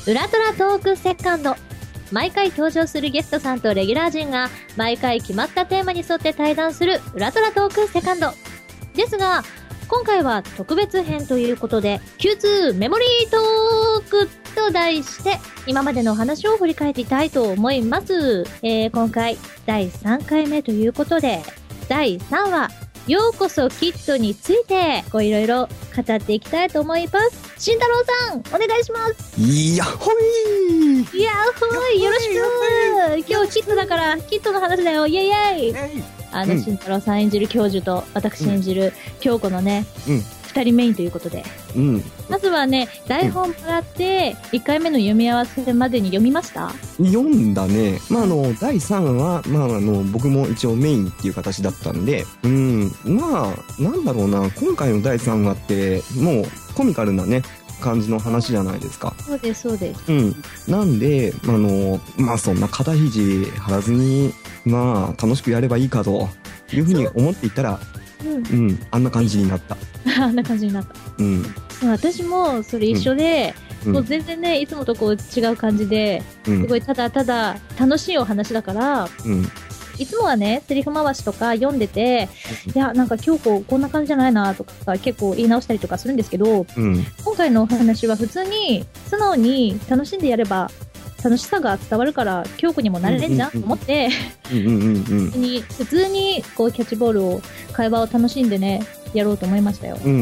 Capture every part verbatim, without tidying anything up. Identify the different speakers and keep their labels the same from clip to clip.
Speaker 1: 裏トラトークセカンド。毎回登場するゲストさんとレギュラー陣が毎回決まったテーマに沿って対談する裏トラトークセカンドですが、今回は特別編ということで キューツー メモリートークと題して今までのお話を振り返っていきたいと思います。えー、今回だいさんかいめということでだいさんわ、ようこそキッドについてこういろいろ語っていきたいと思います。慎太郎さん、お願いします。
Speaker 2: いやっほい
Speaker 1: いやっほい、よろしく。今日キッドだからキッドの話だよ。イエイイエイ。あの、うん、慎太郎さん演じる教授と私演じる京子のね、うん、ふたりメインということで、うん、まずはね、台本もらっていっかいめの読み合わせまでに読みました？
Speaker 2: 読んだね。まああのだいさんわは、まあ、あの僕も一応メインっていう形だったんで、うん、まあなんだろうな、今回のだいさんわってもうコミカルなね感じの話じゃないですか。
Speaker 1: そうですそうです。
Speaker 2: うん。なんであのまあそんな肩肘張らずにまあ楽しくやればいいかというふうに思っていたら、うん、うん、あんな感じになった。
Speaker 1: あんな感じになった。うん。私もそれ一緒で、うん、もう全然ねいつもとこう違う感じで、うん、すごいただただ楽しいお話だから。うん。いつもはね、セリフ回しとか読んでて、いや、なんか今日こんな感じじゃないなとか結構言い直したりとかするんですけど、うん、今回のお話は普通に素直に楽しんでやれば楽しさが伝わるから京子にもなれるんじゃんと思って、普通にこうキャッチボールを会話を楽しんでねやろうと思いましたよ。
Speaker 2: うん、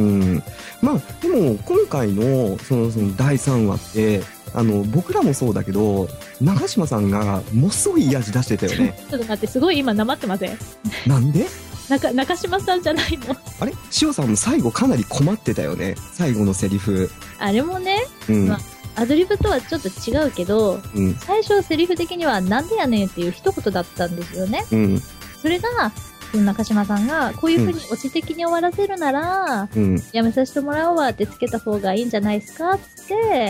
Speaker 2: まあでも今回のそのそのだいさんわってあの僕らもそうだけど長嶋さんがものすごいいい味出してたよね。
Speaker 1: ちょっと待って、すごい今なまってません？
Speaker 2: なんで？
Speaker 1: 中中島さんじゃないの？
Speaker 2: あれ、塩さんも最後かなり困ってたよね、最後のセリフ。
Speaker 1: あれもね、うんまあ、アドリブとはちょっと違うけど、うん、最初セリフ的にはなんでやねんっていう一言だったんですよね。うん、それが中島さんがこういう風にオチ的に終わらせるなら、うん、やめさせてもらおうわってつけた方がいいんじゃないですかっつって、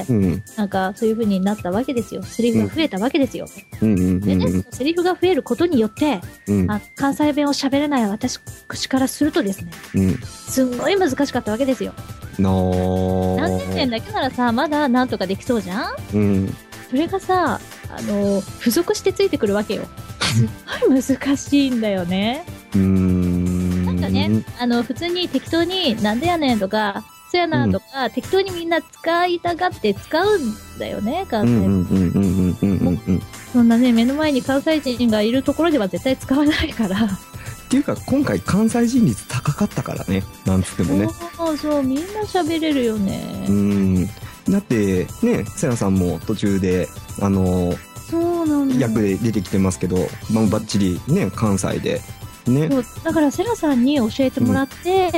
Speaker 1: うん、なんかそういう風になったわけですよ。セリフが増えたわけですよ。でね、そのセリフが増えることによって、うん、あ関西弁を喋れない私からするとですね、うん、すんごい難しかったわけですよ。
Speaker 2: の
Speaker 1: 何点点だけならさまだなんとかできそうじゃん、うん、それがさあの付属してついてくるわけよ。すごい難しいんだよね。うーんなんかね、あの普通に適当になんでやねんとかそやなとか、うん、適当にみんな使いたがって使うんだよね、関西。そんなね目の前に関西人がいるところでは絶対使わないから
Speaker 2: っていうか今回関西人率高かったからね、なんつってもね。
Speaker 1: そうそうみんな喋れるよね。
Speaker 2: うんだってね、せなさんも途中であの
Speaker 1: そうなんだ
Speaker 2: 役で出てきてますけど、まあ、バッチリね関西でね。
Speaker 1: そうだからセラさんに教えてもらって、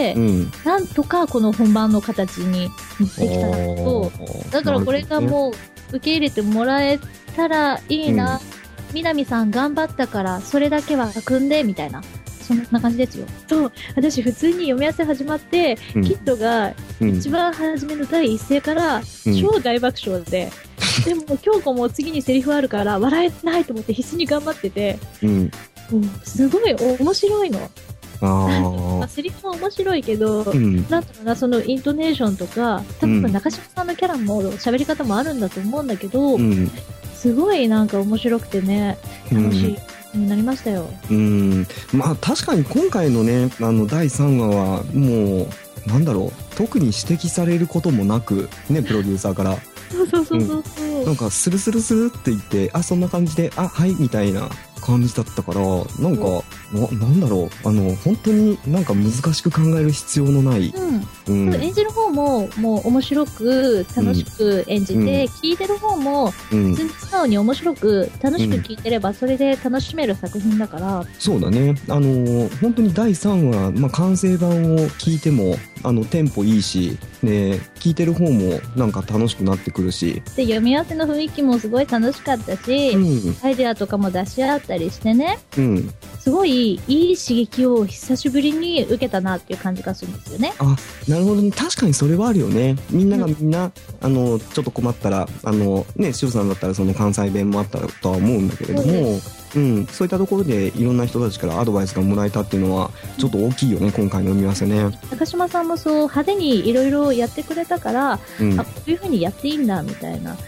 Speaker 1: うんうん、なんとかこの本番の形にできたらと。だからこれがもう受け入れてもらえたらいいな、うん、南さん頑張ったからそれだけは組んでみたいな、そんな感じですよ。そう私普通に読み合わせ始まって、うん、キッドが一番初めの第一声から超大爆笑で、うん、でも京子も次にセリフあるから笑えないと思って必死に頑張ってて、うん、もうすごい面白いの。ああセリフは面白いけど、うん、なんだろうな、そのイントネーションとか多分中島さんのキャラも喋り方もあるんだと思うんだけど、うん、すごいなんか面白くてね楽しい、うんになりましたよ。
Speaker 2: うんまあ確かに今回のねあのだいさんわはもうなんだろう、特に指摘されることもなくね、プロデューサーから
Speaker 1: そうそうそうそうそう、
Speaker 2: うん、なんかスルスルスルって言ってあそんな感じであはいみたいな感じだったから、なんかな, なんだろうあの本当になんか難しく考える必要のない、
Speaker 1: うんうん、演じる方ももう面白く楽しく演じて、うん、聞いてる方も普通に素直に面白く楽しく聞いてればそれで楽しめる作品だから、うん、
Speaker 2: そうだね。あの本当にだいさんわ、まあ、完成版を聞いてもあのテンポいいし、ね、聞いてる方もなんか楽しくなってくるし、
Speaker 1: で読み合わせの雰囲気もすごい楽しかったし、うん、アイデアとかも出し合ったりしてね、うん、すごいいい刺激を久しぶりに受けたなっていう感じがするんですよね。
Speaker 2: あ、なるほどね。確かにそれはあるよね。みんながみんな、うん、あのちょっと困ったらあのね、塩さんだったらその関西弁もあったとは思うんだけれども、うん、そういったところでいろんな人たちからアドバイスがもらえたっていうのはちょっと大きいよね、うん、今回の読み合わせね。
Speaker 1: 高島さんもそう派手にいろいろやってくれたから、うん、あこういう風にやっていいんだみたいな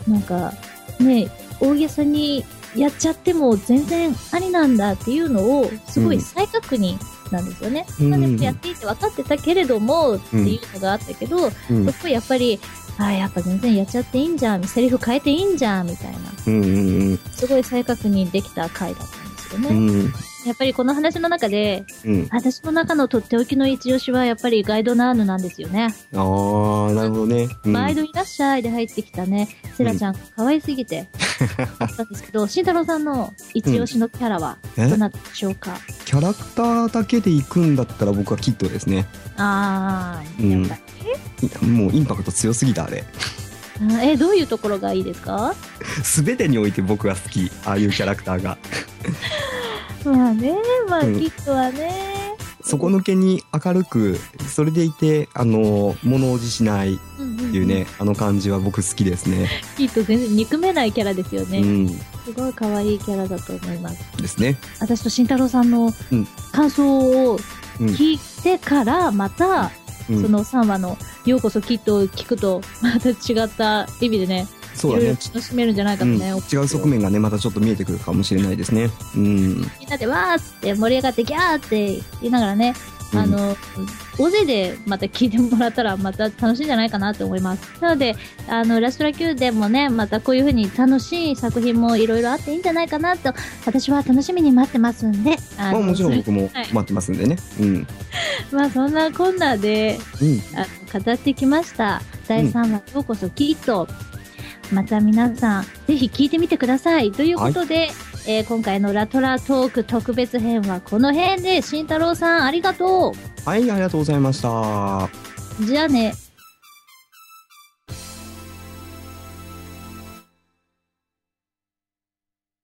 Speaker 1: なんか、ね、大げさにやっちゃっても全然ありなんだっていうのを、すごい再確認なんですよね。うん、でもやっていて分かってたけれども、っていうのがあったけど、うん、そこやっぱり、ああ、やっぱ全然やっちゃっていいんじゃん、セリフ変えていいんじゃん、みたいな。うんうんうん、すごい再確認できた回だったんですよね。うんやっぱりこの話の中で、うん、私の中のとっておきの一押しはやっぱりガイドナーヌなんですよね。
Speaker 2: ああ、なるほどね。
Speaker 1: うん、ガイドいらっしゃいで入ってきたね、セラちゃん、うん、可愛すぎて、あったんですけど、慎太郎さんの一押しのキャラはどなたでしょうか？
Speaker 2: うん、キャラクターだけで行くんだったら僕はキッドですね。
Speaker 1: ああ、やっぱ
Speaker 2: り、うん、もうインパクト強すぎた、あれ。
Speaker 1: え、どういうところがいいですか？
Speaker 2: すべてにおいて僕は好き、ああいうキャラクターが。
Speaker 1: まあね、まあ、うん、きっとはね。
Speaker 2: 底抜けに明るく、それでいて、あの、物おじしないっていうね、うんうんうん、あの感じは僕好きですね。
Speaker 1: きっと全然憎めないキャラですよね。うん、すごい可愛いキャラだと思います。
Speaker 2: ですね。
Speaker 1: 私と慎太郎さんの感想を聞いてからまた、うん、そのさんわのようこそきっとを聞くと、また違った意味でね、
Speaker 2: そうだね、
Speaker 1: 楽しめるんじゃないかとね、
Speaker 2: うん、違う側面がねまたちょっと見えてくるかもしれないですね。うん、
Speaker 1: みんなでわーって盛り上がってギャーって言いながらね、あの、うん、大勢でまた聞いてもらったらまた楽しいんじゃないかなと思います。なのであのラストラ宮殿もねまたこういう風に楽しい作品もいろいろあっていいんじゃないかなと私は楽しみに待ってますんで、
Speaker 2: あの、まあ、もちろん僕も待ってますんでね、はい、うん、
Speaker 1: まあそんなこんなで、うん、あの語ってきましただいさんわ、ようこそきっと。また皆さんぜひ聞いてみてくださいということで、はい、えー、今回のラトラトーク特別編はこの辺で、慎太郎さんありがとう。
Speaker 2: はい、ありがとうございました。
Speaker 1: じゃあね。